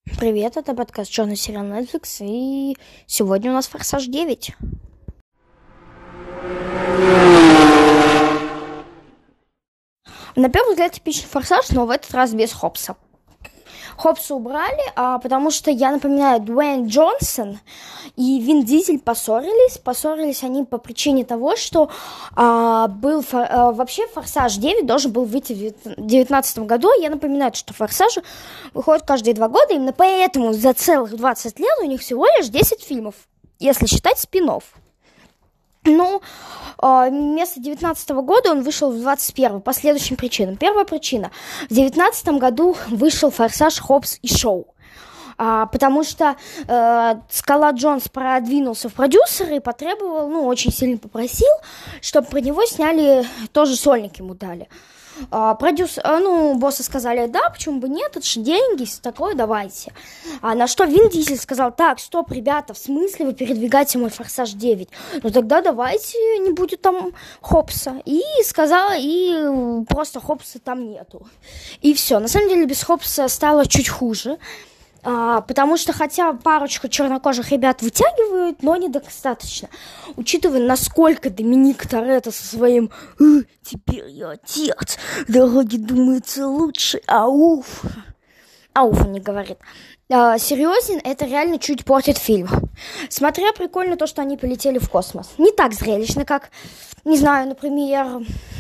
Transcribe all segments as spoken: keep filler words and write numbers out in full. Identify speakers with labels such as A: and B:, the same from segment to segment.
A: Привет, это подкаст «Черный сериал Netflix», и сегодня у нас «Форсаж девять». На первый взгляд типичный «Форсаж», но в этот раз без Хопса. Хопса убрали, а, потому что, я напоминаю, Дуэйн Джонсон и Вин Дизель поссорились. Поссорились они по причине того, что а, был фор, а, вообще «Форсаж девять» должен был выйти в две тысячи девятнадцатом году. Я напоминаю, что «Форсажи» выходят каждые два года. Именно поэтому за целых двадцать лет у них всего лишь десять фильмов, если считать спин-офф. Ну, вместо девятнадцатого года он вышел в двадцать первый по следующим причинам. Первая причина. В девятнадцатом году вышел «Форсаж. Хоббс и Шоу». А, потому что э, Скала Джонс продвинулся в продюсеры и потребовал, ну, очень сильно попросил, чтобы про него сняли, тоже сольник ему дали. А, продюс... а, ну, боссы сказали, да, почему бы нет, это же деньги, все такое, давайте. А на что Вин Дизель сказал, так, стоп, ребята, в смысле вы передвигаете мой «Форсаж девять»? Ну, тогда давайте не будет там Хопса. И сказал, и просто Хопса там нету. И все, на самом деле без Хопса стало чуть хуже. А, потому что хотя парочку чернокожих ребят вытягивают, но недостаточно. Учитывая, насколько Доминик Торетто со своим э, «теперь я отец, дороги думается лучше, ауф». Ауф он не говорит. А, серьезен, это реально чуть портит фильм. Смотря прикольно то, что они полетели в космос. Не так зрелищно, как, не знаю, например...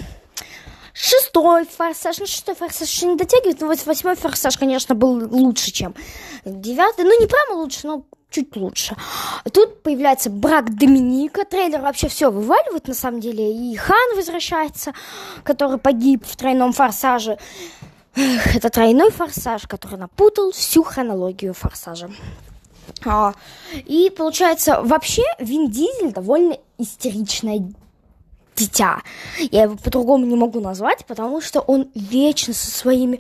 A: Шестой «Форсаж», ну шестой «Форсаж» еще не дотягивает, но вот восьмой «Форсаж», конечно, был лучше, чем девятый. Ну, не прямо лучше, но чуть лучше. Тут появляется брак Доминика, трейлер вообще все вываливает, на самом деле. И Хан возвращается, который погиб в тройном «Форсаже». Эх, это тройной «Форсаж», который напутал всю хронологию «Форсажа». А, и получается, вообще Вин Дизель довольно истеричная дитя. Я его по-другому не могу назвать, потому что он вечно со своими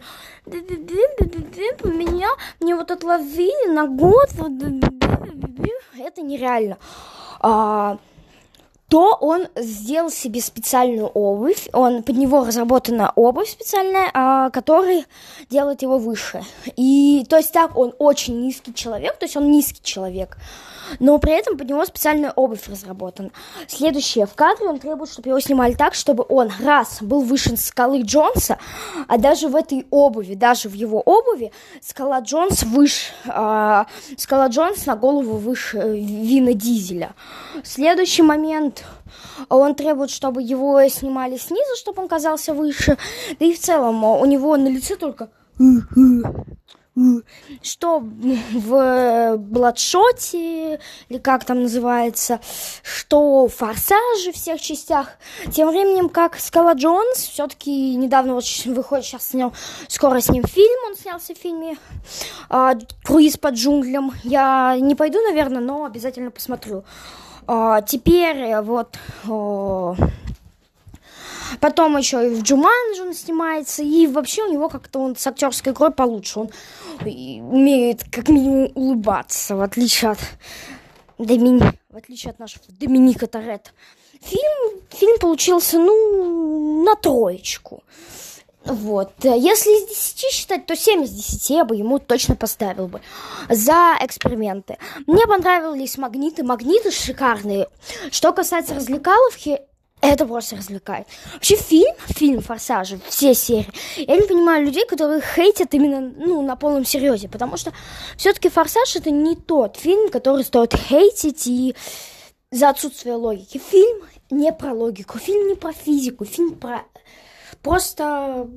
A: меня, мне вот отловили на год, это нереально. А, то он сделал себе специальную обувь, он, под него разработана обувь специальная, а, которая делает его выше. И, то есть так, он очень низкий человек, то есть он низкий человек, но при этом под него специальная обувь разработана. Следующее. В кадре он требует, чтобы его снимали так, чтобы он, раз, был выше Скалы Джонса, а даже в этой обуви, даже в его обуви, Скала Джонс выше, э, Скала Джонс на голову выше Вина Дизеля. Следующий момент. Он требует, чтобы его снимали снизу, чтобы он казался выше. Да и в целом у него на лице только... Что в Бладшоте, или как там называется, что в «Форсаже» всех частях. Тем временем, как Скала Джонс, все-таки недавно вот выходит, сейчас снял, скоро с ним фильм, он снялся в фильме а, «Круиз по джунглям». Я не пойду, наверное, но обязательно посмотрю. А, теперь вот... О, потом еще и в «Джуманджи» он снимается, и вообще у него как-то он с актерской игрой получше. Он умеет как минимум улыбаться, в отличие от Домини... в отличие от нашего Доминика Торетто. Фильм, фильм получился, ну, на троечку. Вот. Если из десяти считать, то семь из десяти я бы ему точно поставил бы за эксперименты. Мне понравились магниты. Магниты шикарные. Что касается развлекаловки, это просто развлекает. Вообще фильм, фильм «Форсажи», все серии, я не понимаю людей, которые хейтят именно, ну, на полном серьезе, потому что все-таки «Форсаж» — это не тот фильм, который стоит хейтить и за отсутствие логики. Фильм не про логику, фильм не про физику, фильм про просто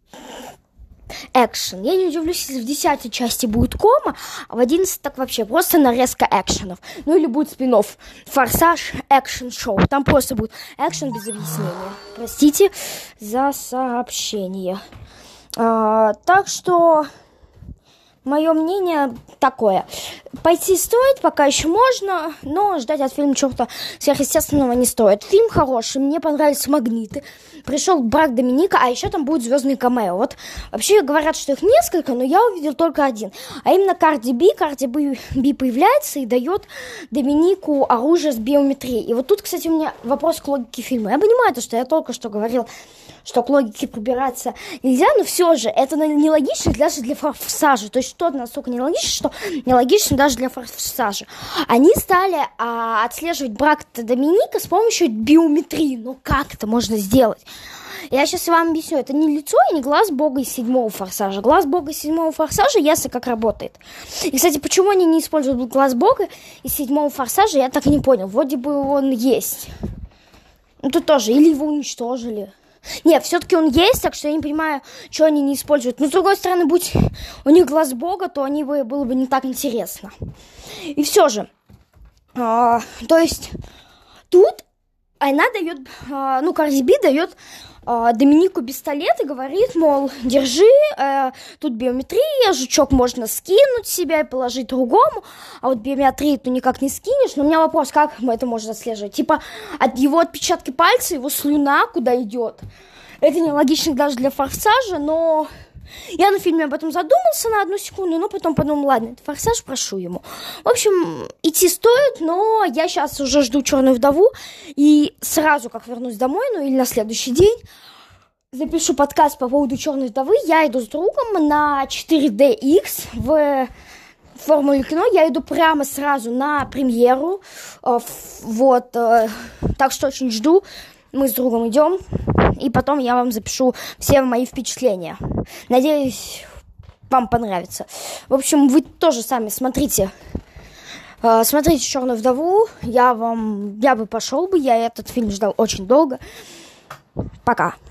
A: экшен. Я не удивлюсь, если в десятой части будет кома, а в одиннадцатой так вообще просто нарезка экшенов. Ну или будет спин-офф «Форсаж экшен-шоу». Там просто будет экшен без объяснения. Простите за сообщение. А, так что мое мнение такое. пойти стоит, пока еще можно, но ждать от фильма чего-то сверхъестественного не стоит. Фильм хороший, мне понравились «Магниты», пришел брак Доминика, а еще там будет звездный камео. Вот вообще говорят, что их несколько, но я увидел только один. А именно Карди Би. Карди Би появляется и дает Доминику оружие с биометрией. И вот тут, кстати, у меня вопрос к логике фильма. Я понимаю то, что я только что говорил, что к логике прибираться нельзя, но все же это нелогично даже для «Форсажа». То есть что-то настолько нелогично, что нелогично даже для «Форсажа». Они стали а, отслеживать брак Доминика с помощью биометрии. Ну как это можно сделать? Я сейчас вам объясню. Это не лицо и не глаз бога из седьмого «Форсажа». Глаз бога из седьмого «Форсажа» ясно как работает. И, кстати, почему они не используют глаз бога из седьмого «Форсажа», я так и не понял. Вроде бы он есть. Ну тут тоже. Или его уничтожили. Нет, все-таки он есть, так что я не понимаю, что они не используют. Но, с другой стороны, будь у них глаз бога, то они бы, было бы не так интересно. И все же. А, то есть, тут она дает, а, ну, Карди Би дает а, Доминику пистолет и говорит, мол, держи, а, тут биометрия, жучок можно скинуть себя и положить другому, а вот биометрию ты никак не скинешь. Но у меня вопрос, как это можно отслеживать? Типа, от его отпечатки пальца, его слюна куда идет? Это нелогично даже для «Форсажа», но я на фильме об этом задумался на одну секунду, но потом подумал, ладно, это «Форсаж», прошу ему. В общем, идти стоит, но я сейчас уже жду «Черную вдову», и сразу, как вернусь домой, ну или на следующий день, запишу подкаст по поводу «Черной вдовы». Я иду с другом на четыре дэ икс в Формуле кино. Я иду прямо сразу на премьеру. Вот, так что очень жду. Мы с другом идем, и потом я вам запишу все мои впечатления. Надеюсь, вам понравится. В общем, вы тоже сами смотрите. Смотрите «Черную вдову». Я вам, я бы пошел бы, я этот фильм ждал очень долго. Пока.